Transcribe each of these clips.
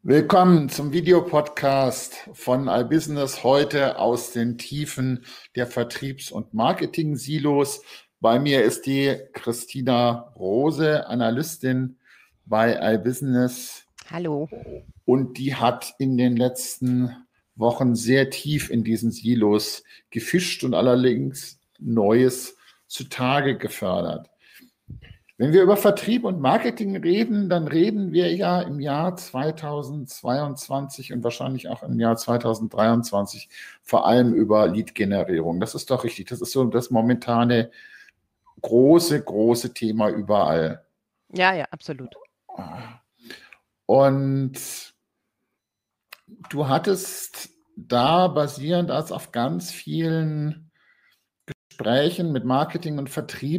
Willkommen zum Videopodcast von iBusiness, heute aus den Tiefen der Vertriebs- und Marketing-Silos. Bei mir ist die Christina Rose, Analystin bei iBusiness, Hallo. und die hat in den letzten Wochen sehr tief in diesen Silos gefischt und allerdings Neues zutage gefördert. Wenn wir über Vertrieb und Marketing reden, dann reden wir ja im Jahr 2022 und wahrscheinlich auch im Jahr 2023 vor allem über Lead-Generierung. Das ist doch richtig. Das ist so das momentane große Thema überall. Ja, absolut. Und du hattest da basierend als auf ganz vielen Gesprächen mit Marketing- und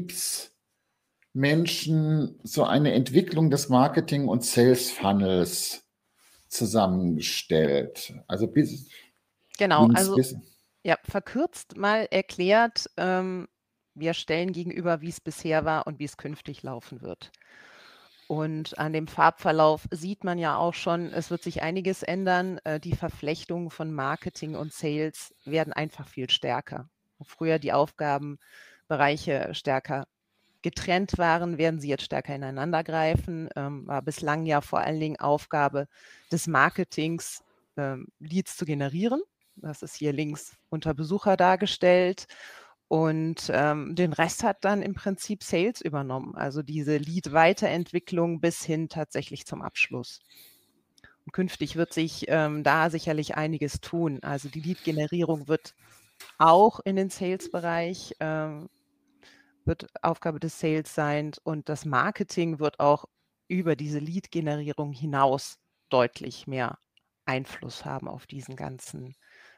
Vertriebsmenschen so eine Entwicklung des Marketing- und Sales-Funnels zusammengestellt. Also Genau, also ja, verkürzt mal erklärt, wir stellen gegenüber, wie es bisher war und wie es künftig laufen wird. Und an dem Farbverlauf sieht man ja auch schon, es wird sich einiges ändern. Die Verflechtungen von Marketing und Sales werden einfach viel stärker. Wo früher die Aufgabenbereiche stärker getrennt waren, werden sie jetzt stärker ineinander greifen. War bislang ja vor allen Dingen Aufgabe des Marketings, Leads zu generieren. Das ist hier links unter Besucher dargestellt. Und den Rest hat dann im Prinzip Sales übernommen, also diese Lead-Weiterentwicklung bis hin tatsächlich zum Abschluss. Und künftig wird sich da sicherlich einiges tun. Also die Lead-Generierung wird auch in den Sales-Bereich wird Aufgabe des Sales sein und das Marketing wird auch über diese Lead-Generierung hinaus deutlich mehr Einfluss haben auf diesen ganzen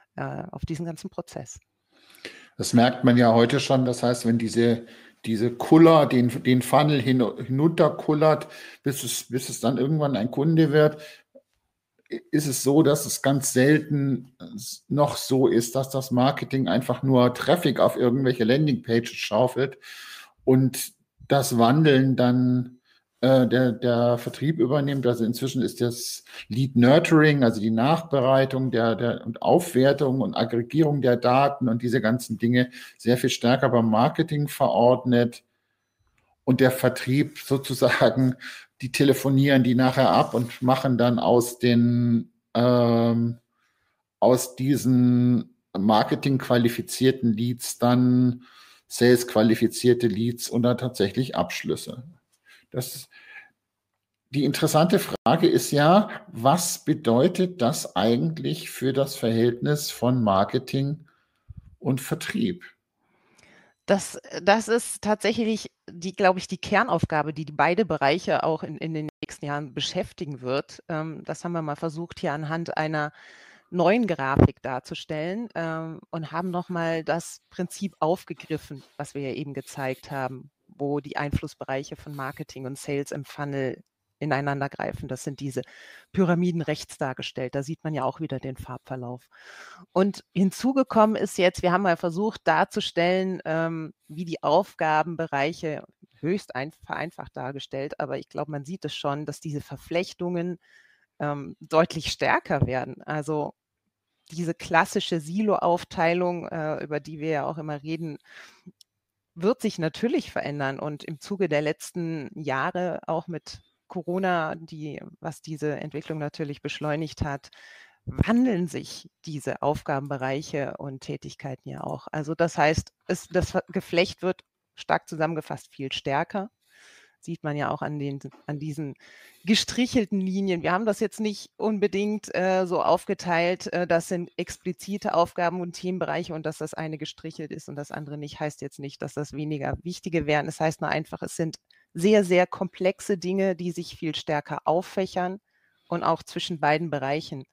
Prozess. Das merkt man ja heute schon. Das heißt, wenn diese Kuller den Funnel hinunterkullert, bis es dann irgendwann ein Kunde wird, ist es so, dass es ganz selten noch so ist, dass das Marketing einfach nur Traffic auf irgendwelche Landingpages schaufelt und das Wandeln dann der Vertrieb übernimmt. Also inzwischen ist das Lead Nurturing, also die Nachbereitung und Aufwertung und Aggregierung der Daten und diese ganzen Dinge sehr viel stärker beim Marketing verordnet. Und der Vertrieb sozusagen, die telefonieren die nachher ab und machen dann aus diesen Marketing-qualifizierten Leads dann Sales-qualifizierte Leads und dann tatsächlich Abschlüsse. Die interessante Frage ist ja, was bedeutet das eigentlich für das Verhältnis von Marketing und Vertrieb? Das ist tatsächlich glaube ich, die Kernaufgabe, die beide Bereiche auch in den nächsten Jahren beschäftigen wird. Das haben wir mal versucht, hier anhand einer neuen Grafik darzustellen und haben nochmal das Prinzip aufgegriffen, was wir ja eben gezeigt haben, wo die Einflussbereiche von Marketing und Sales im Funnel ineinander greifen. Das sind diese Pyramiden rechts dargestellt. Da sieht man ja auch wieder den Farbverlauf. Und hinzugekommen ist jetzt, wir haben mal versucht darzustellen, wie die Aufgabenbereiche höchst vereinfacht dargestellt, aber ich glaube, man sieht es schon, dass diese Verflechtungen deutlich stärker werden. Also diese klassische Silo-Aufteilung, über die wir ja auch immer reden, wird sich natürlich verändern und im Zuge der letzten Jahre auch mit Corona, was diese Entwicklung natürlich beschleunigt hat, wandeln sich diese Aufgabenbereiche und Tätigkeiten ja auch. Also das heißt, das Geflecht wird stark zusammengefasst viel stärker. Sieht man ja auch an diesen gestrichelten Linien. Wir haben das jetzt nicht unbedingt so aufgeteilt, das sind explizite Aufgaben und Themenbereiche und dass das eine gestrichelt ist und das andere nicht, heißt jetzt nicht, dass das weniger wichtige wären. Es heißt nur einfach, es sind sehr komplexe Dinge, die sich viel stärker auffächern und auch zwischen beiden Bereichen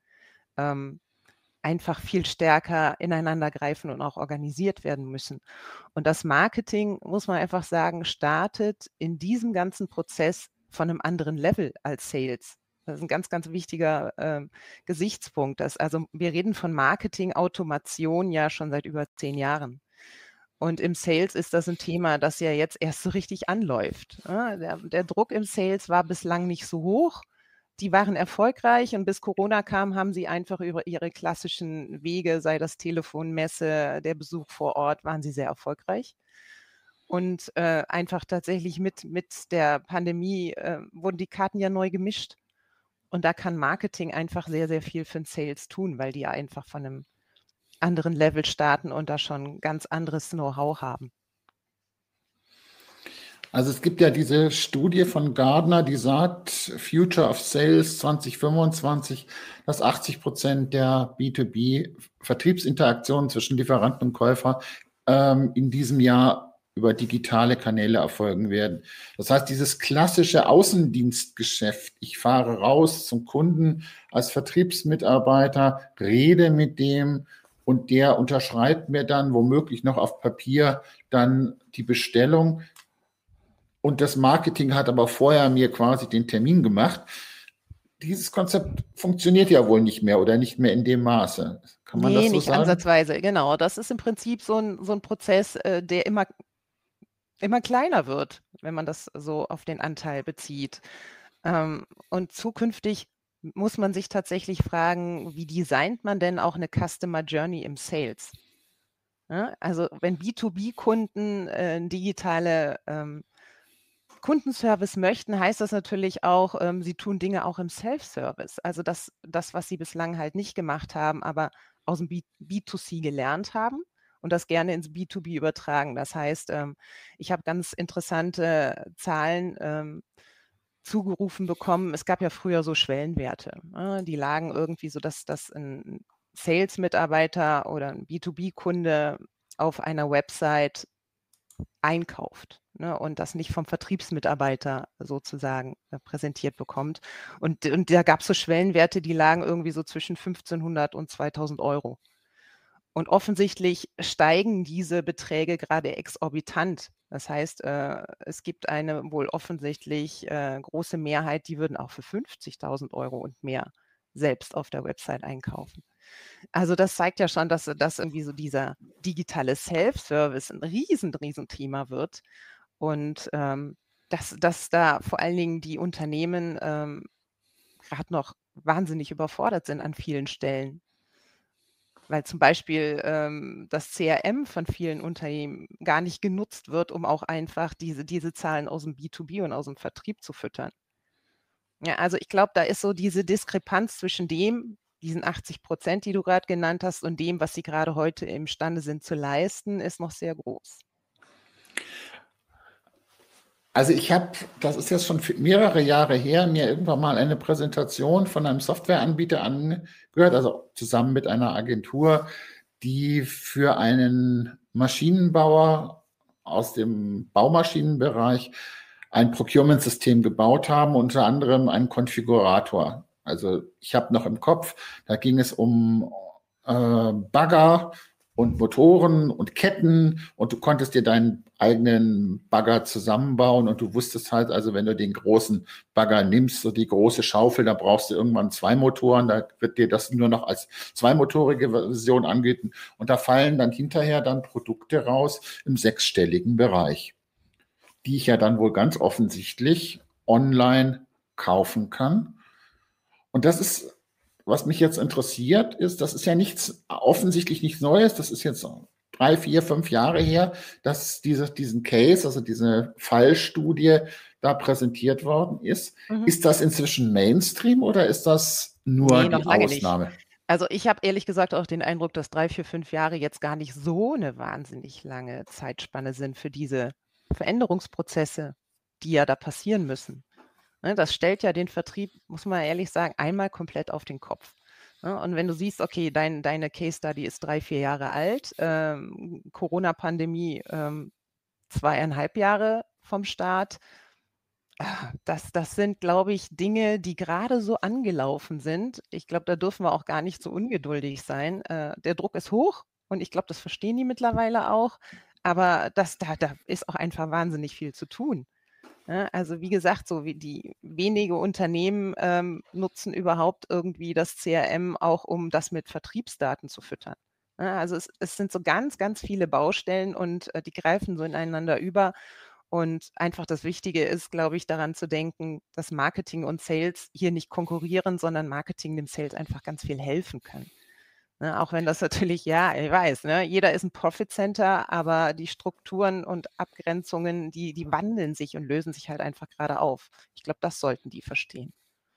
einfach viel stärker ineinander greifen und auch organisiert werden müssen. Und das Marketing, muss man einfach sagen, startet in diesem ganzen Prozess von einem anderen Level als Sales. Das ist ein ganz wichtiger Gesichtspunkt. Also wir reden von Marketing-Automation ja schon seit über 10 Jahren. Und im Sales ist das ein Thema, das ja jetzt erst so richtig anläuft. Der Druck im Sales war bislang nicht so hoch, die waren erfolgreich und bis Corona kam, haben sie einfach über ihre klassischen Wege, sei das Telefon, Messe, der Besuch vor Ort, waren sie sehr erfolgreich. Und einfach tatsächlich mit der Pandemie wurden die Karten ja neu gemischt. Und da kann Marketing einfach sehr, sehr viel für den Sales tun, weil die ja einfach von einem anderen Level starten und da schon ganz anderes Know-how haben. Also es gibt ja diese Studie von Gardner, die sagt, Future of Sales 2025, dass 80% der B2B-Vertriebsinteraktionen zwischen Lieferanten und Käufer in diesem Jahr über digitale Kanäle erfolgen werden. Das heißt, dieses klassische Außendienstgeschäft, ich fahre raus zum Kunden als Vertriebsmitarbeiter, rede mit dem und der unterschreibt mir dann womöglich noch auf Papier dann die Bestellung. Und das Marketing hat aber vorher mir quasi den Termin gemacht. Dieses Konzept funktioniert ja wohl nicht mehr oder nicht mehr in dem Maße. Kann man das so nicht sagen? ansatzweise, genau. Das ist im Prinzip so ein Prozess, der immer kleiner wird, wenn man das so auf den Anteil bezieht. Und zukünftig muss man sich tatsächlich fragen, wie designt man denn auch eine Customer Journey im Sales? Ja, also wenn B2B-Kunden digitale Kundenservice möchten, heißt das natürlich auch, sie tun Dinge auch im Self-Service. Also das, was sie bislang halt nicht gemacht haben, aber aus dem B2C gelernt haben und das gerne ins B2B übertragen. Das heißt, ich habe ganz interessante Zahlen zugerufen bekommen. Es gab ja früher so Schwellenwerte. Die lagen irgendwie so, dass ein Sales-Mitarbeiter oder ein B2B-Kunde auf einer Website einkauft, ne, und das nicht vom Vertriebsmitarbeiter sozusagen präsentiert bekommt. Und da gab es so Schwellenwerte, die lagen irgendwie so zwischen 1.500 und 2.000 Euro. Und offensichtlich steigen diese Beträge gerade exorbitant. Das heißt, es gibt eine wohl offensichtlich große Mehrheit, die würden auch für 50.000 Euro und mehr selbst auf der Website einkaufen. Also das zeigt ja schon, dass irgendwie so dieser digitale Self-Service ein Riesenthema wird und dass da vor allen Dingen die Unternehmen gerade noch wahnsinnig überfordert sind an vielen Stellen. Weil zum Beispiel das CRM von vielen Unternehmen gar nicht genutzt wird, um auch einfach diese Zahlen aus dem B2B und aus dem Vertrieb zu füttern. Ja, also ich glaube, da ist so diese Diskrepanz zwischen diesen 80%, die du gerade genannt hast, und dem, was sie gerade heute imstande sind zu leisten, ist noch sehr groß. Also das ist jetzt schon mehrere Jahre her, mir irgendwann mal eine Präsentation von einem Softwareanbieter angehört, also zusammen mit einer Agentur, die für einen Maschinenbauer aus dem Baumaschinenbereich ein Procurement-System gebaut haben, unter anderem einen Konfigurator. Also ich habe noch im Kopf, da ging es um Bagger und Motoren und Ketten und du konntest dir deinen eigenen Bagger zusammenbauen und du wusstest halt, also wenn du den großen Bagger nimmst, so die große Schaufel, da brauchst du irgendwann 2 Motoren, da wird dir das nur noch als zweimotorige Version angeboten und da fallen dann hinterher dann Produkte raus im 6-stelligen Bereich, die ich ja dann wohl ganz offensichtlich online kaufen kann. Und das ist, was mich jetzt interessiert, das ist ja offensichtlich nichts Neues. Das ist jetzt 3, 4, 5 Jahre her, dass diesen Case, also diese Fallstudie da präsentiert worden ist. Mhm. Ist das inzwischen Mainstream oder ist das nur Nee, noch die lange nicht. Ausnahme? Also ich habe ehrlich gesagt auch den Eindruck, dass 3, 4, 5 Jahre jetzt gar nicht so eine wahnsinnig lange Zeitspanne sind für diese Veränderungsprozesse, die ja da passieren müssen. Ne, das stellt ja den Vertrieb, muss man ehrlich sagen, einmal komplett auf den Kopf. Ne? Und wenn du siehst, okay, deine Case Study ist 3, 4 Jahre alt, Corona-Pandemie 2,5 Jahre vom Start, das sind, glaube ich, Dinge, die gerade so angelaufen sind. Ich glaube, da dürfen wir auch gar nicht so ungeduldig sein. Der Druck ist hoch und ich glaube, das verstehen die mittlerweile auch. Aber da ist auch einfach wahnsinnig viel zu tun. Ja, also wie gesagt, so wie die wenige Unternehmen nutzen überhaupt irgendwie das CRM auch, um das mit Vertriebsdaten zu füttern. Ja, also es sind so ganz, ganz viele Baustellen und die greifen so ineinander über. Und einfach das Wichtige ist, glaube ich, daran zu denken, dass Marketing und Sales hier nicht konkurrieren, sondern Marketing dem Sales einfach ganz viel helfen kann. Ne, auch wenn das natürlich, ja, ich weiß, ne, jeder ist ein Profit Center, aber die Strukturen und Abgrenzungen, die wandeln sich und lösen sich halt einfach gerade auf. Ich glaube, das sollten die verstehen.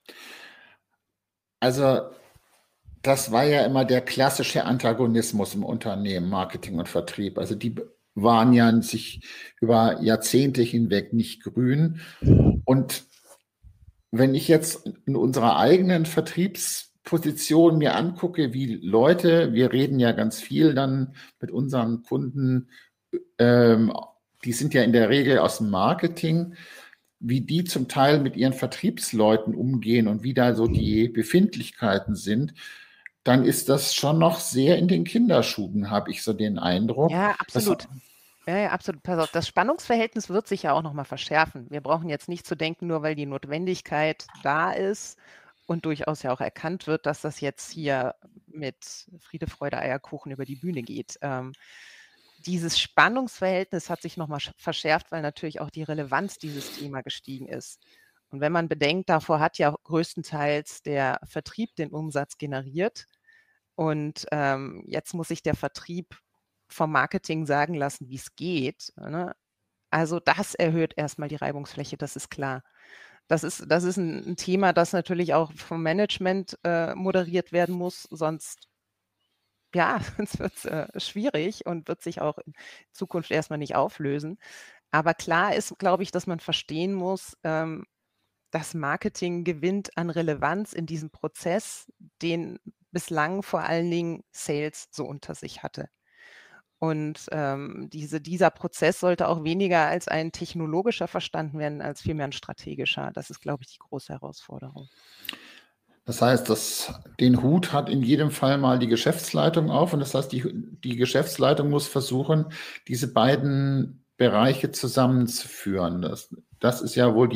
Also das war ja immer der klassische Antagonismus im Unternehmen, Marketing und Vertrieb. Also die waren ja sich über Jahrzehnte hinweg nicht grün. Und wenn ich jetzt in unserer eigenen Vertriebsposition mir angucke, wie Leute, wir reden ja ganz viel dann mit unseren Kunden, ähm, die sind ja in der Regel aus dem Marketing, wie die zum Teil mit ihren Vertriebsleuten umgehen und wie da so die Befindlichkeiten sind, dann ist das schon noch sehr in den Kinderschuhen, habe ich so den Eindruck. Ja, Das, absolut. Ja, absolut. Pass auf, das Spannungsverhältnis wird sich ja auch noch mal verschärfen. Wir brauchen jetzt nicht zu denken, nur weil die Notwendigkeit da ist und durchaus ja auch erkannt wird, dass das jetzt hier mit Friede, Freude, Eierkuchen über die Bühne geht. Dieses Spannungsverhältnis hat sich noch mal verschärft, weil natürlich auch die Relevanz dieses Thema gestiegen ist. Und wenn man bedenkt, davor hat ja größtenteils der Vertrieb den Umsatz generiert und jetzt muss sich der Vertrieb vom Marketing sagen lassen, wie es geht. Ne? Also das erhöht erstmal die Reibungsfläche, das ist klar. Das ist ein Thema, das natürlich auch vom Management moderiert werden muss, sonst ja, sonst wird's schwierig und wird sich auch in Zukunft erstmal nicht auflösen. Aber klar ist, glaube ich, dass man verstehen muss, dass Marketing gewinnt an Relevanz in diesem Prozess, den bislang vor allen Dingen Sales so unter sich hatte. Und dieser Prozess sollte auch weniger als ein technologischer verstanden werden, als vielmehr ein strategischer. Das ist, glaube ich, die große Herausforderung. das heißt, den Hut hat in jedem Fall mal die Geschäftsleitung auf und das heißt, die Geschäftsleitung muss versuchen, diese beiden Bereiche zusammenzuführen. Das ist ja wohl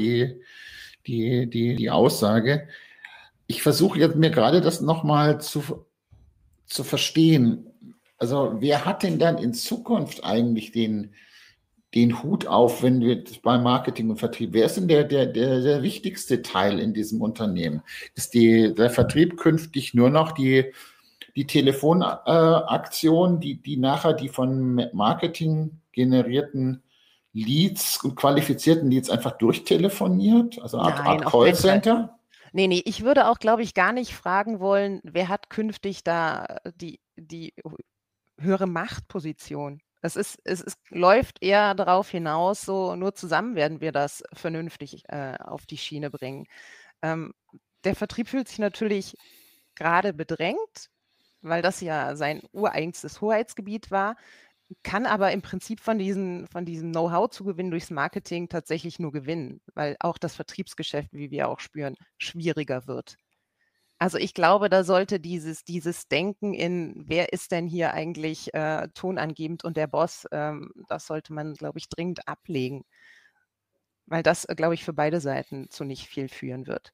die Aussage. Ich versuche jetzt mir gerade das nochmal zu verstehen. Also wer hat denn dann in Zukunft eigentlich den Hut auf, wenn wir beim Marketing und Vertrieb, wer ist denn der wichtigste Teil in diesem Unternehmen? Ist der Vertrieb künftig nur noch die Telefonaktion, die nachher die von Marketing generierten Leads und qualifizierten Leads einfach durchtelefoniert? Also eine Nein, Art auf keinen Fall. Callcenter? Ne, ich würde auch, glaube ich, gar nicht fragen wollen, wer hat künftig da die höhere Machtposition. Es läuft eher darauf hinaus, so nur zusammen werden wir das vernünftig auf die Schiene bringen. Der Vertrieb fühlt sich natürlich gerade bedrängt, weil das ja sein ureigenstes Hoheitsgebiet war, kann aber im Prinzip von diesem Know-how-Zugewinn durchs Marketing tatsächlich nur gewinnen, weil auch das Vertriebsgeschäft, wie wir auch spüren, schwieriger wird. Also ich glaube, da sollte dieses Denken in, wer ist denn hier eigentlich tonangebend und der Boss, das sollte man, glaube ich, dringend ablegen, weil das, glaube ich, für beide Seiten zu nicht viel führen wird.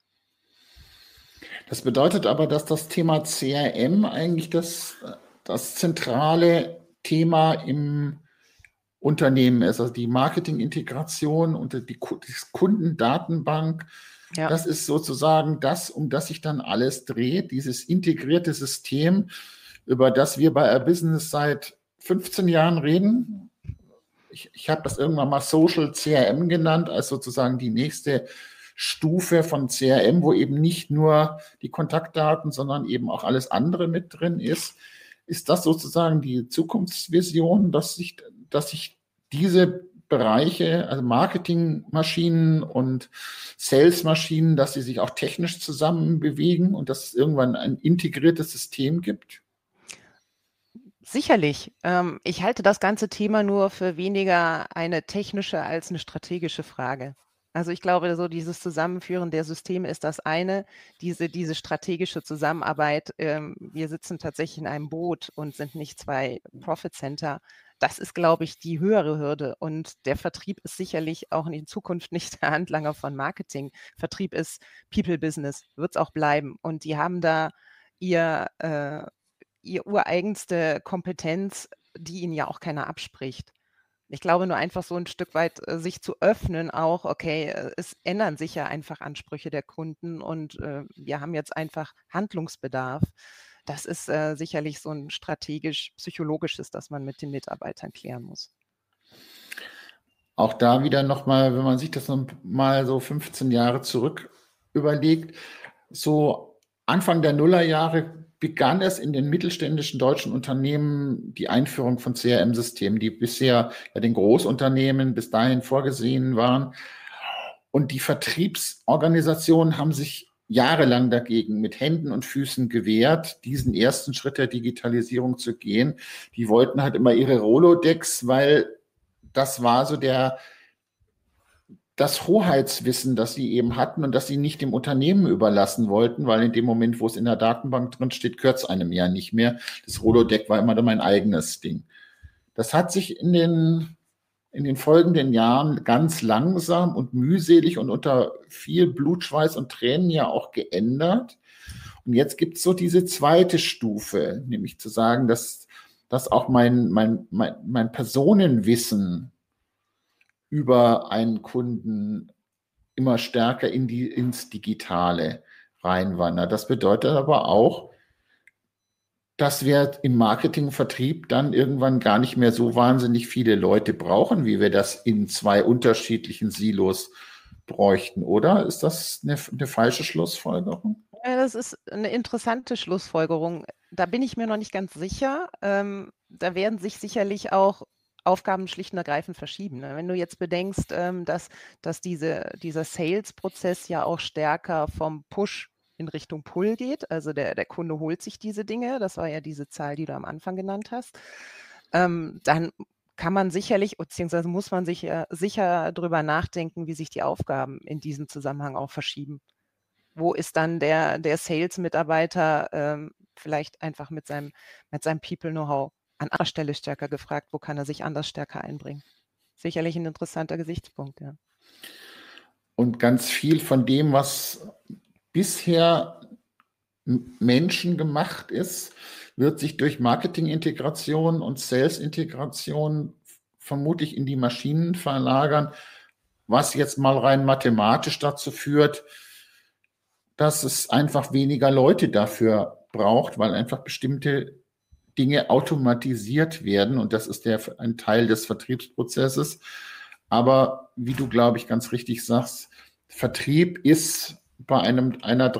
Das bedeutet aber, dass das Thema CRM eigentlich das zentrale Thema im Unternehmen ist. Also die Marketingintegration und die Kundendatenbank, Ja. das ist sozusagen das, um das sich dann alles dreht, dieses integrierte System, über das wir bei Air Business seit 15 Jahren reden. Ich habe das irgendwann mal Social CRM genannt, als sozusagen die nächste Stufe von CRM, wo eben nicht nur die Kontaktdaten, sondern eben auch alles andere mit drin ist. Ist das sozusagen die Zukunftsvision, dass sich diese Bereiche, also Marketingmaschinen und Salesmaschinen, dass sie sich auch technisch zusammen bewegen und dass es irgendwann ein integriertes System gibt? Sicherlich. Ich halte das ganze Thema nur für weniger eine technische als eine strategische Frage. Also ich glaube, so dieses Zusammenführen der Systeme ist das eine, diese strategische Zusammenarbeit. Wir sitzen tatsächlich in einem Boot und sind nicht zwei Profit Center. Das ist, glaube ich, die höhere Hürde. Und der Vertrieb ist sicherlich auch in Zukunft nicht der Handlanger von Marketing. Vertrieb ist People Business, wird es auch bleiben. Und die haben da ihr ureigenste Kompetenz, die ihnen ja auch keiner abspricht. Ich glaube nur einfach so ein Stück weit sich zu öffnen auch, okay, es ändern sich ja einfach Ansprüche der Kunden und wir haben jetzt einfach Handlungsbedarf. Das ist sicherlich so ein strategisch-psychologisches, das man mit den Mitarbeitern klären muss. Auch da wieder nochmal, wenn man sich das noch mal so 15 Jahre zurück überlegt, so Anfang der Nullerjahre begann es in den mittelständischen deutschen Unternehmen die Einführung von CRM-Systemen, die bisher ja den Großunternehmen bis dahin vorgesehen waren. Und die Vertriebsorganisationen haben sich jahrelang dagegen mit Händen und Füßen gewehrt, diesen ersten Schritt der Digitalisierung zu gehen. Die wollten halt immer ihre Rolodex, weil das war so das Hoheitswissen, das sie eben hatten und das sie nicht dem Unternehmen überlassen wollten, weil in dem Moment, wo es in der Datenbank drin steht, gehört es einem ja nicht mehr. Das Rolodeck war immer mein eigenes Ding. Das hat sich in den folgenden Jahren ganz langsam und mühselig und unter viel Blutschweiß und Tränen ja auch geändert. Und jetzt gibt es so diese zweite Stufe, nämlich zu sagen, dass auch mein Personenwissen über einen Kunden immer stärker ins Digitale reinwandert. Das bedeutet aber auch, dass wir im Marketing und Vertrieb dann irgendwann gar nicht mehr so wahnsinnig viele Leute brauchen, wie wir das in zwei unterschiedlichen Silos bräuchten, oder? Ist das eine falsche Schlussfolgerung? Ja, das ist eine interessante Schlussfolgerung. Da bin ich mir noch nicht ganz sicher. Da werden sich sicherlich auch Aufgaben schlicht und ergreifend verschieben. Ne? Wenn du jetzt bedenkst, dass dieser Sales-Prozess ja auch stärker vom Push in Richtung Pull geht, also der Kunde holt sich diese Dinge, das war ja diese Zahl, die du am Anfang genannt hast, dann kann man sicherlich, beziehungsweise muss man sich sicher darüber nachdenken, wie sich die Aufgaben in diesem Zusammenhang auch verschieben. Wo ist dann der Sales-Mitarbeiter vielleicht einfach mit seinem People-Know-how an anderer Stelle stärker gefragt, wo kann er sich anders stärker einbringen? Sicherlich ein interessanter Gesichtspunkt, ja. Und ganz viel von dem, was bisher Menschen gemacht ist, wird sich durch Marketing-Integration und Sales-Integration vermutlich in die Maschinen verlagern, was jetzt mal rein mathematisch dazu führt, dass es einfach weniger Leute dafür braucht, weil einfach bestimmte Dinge automatisiert werden und das ist ein Teil des Vertriebsprozesses. Aber wie du, glaube ich, ganz richtig sagst, Vertrieb ist bei einer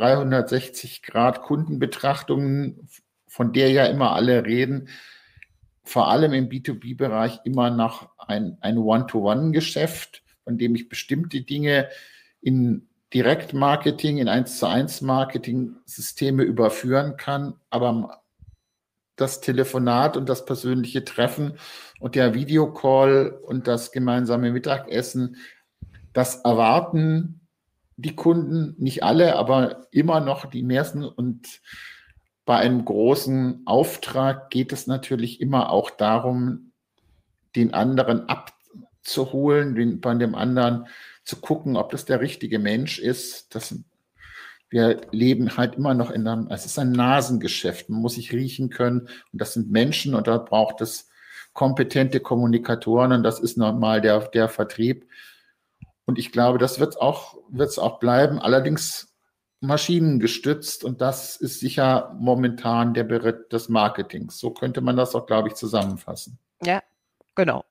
360-Grad-Kundenbetrachtung, von der ja immer alle reden, vor allem im B2B-Bereich immer noch ein One-to-One-Geschäft, von dem ich bestimmte Dinge in Direktmarketing, in 1:1-Marketing-Systeme überführen kann, aber das Telefonat und das persönliche Treffen und der Videocall und das gemeinsame Mittagessen, das erwarten die Kunden, nicht alle, aber immer noch die meisten. Und bei einem großen Auftrag geht es natürlich immer auch darum, den anderen abzuholen, bei dem anderen zu gucken, ob das der richtige Mensch ist. Wir leben halt immer noch es ist ein Nasengeschäft, man muss sich riechen können und das sind Menschen und da braucht es kompetente Kommunikatoren und das ist normal der Vertrieb. Und ich glaube, das wird es auch bleiben, allerdings maschinengestützt und das ist sicher momentan der Beritt des Marketings. So könnte man das auch, glaube ich, zusammenfassen. Ja, genau.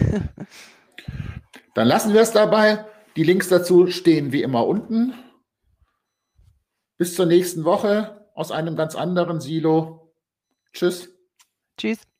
Dann lassen wir es dabei. Die Links dazu stehen wie immer unten. Bis zur nächsten Woche aus einem ganz anderen Silo. Tschüss. Tschüss.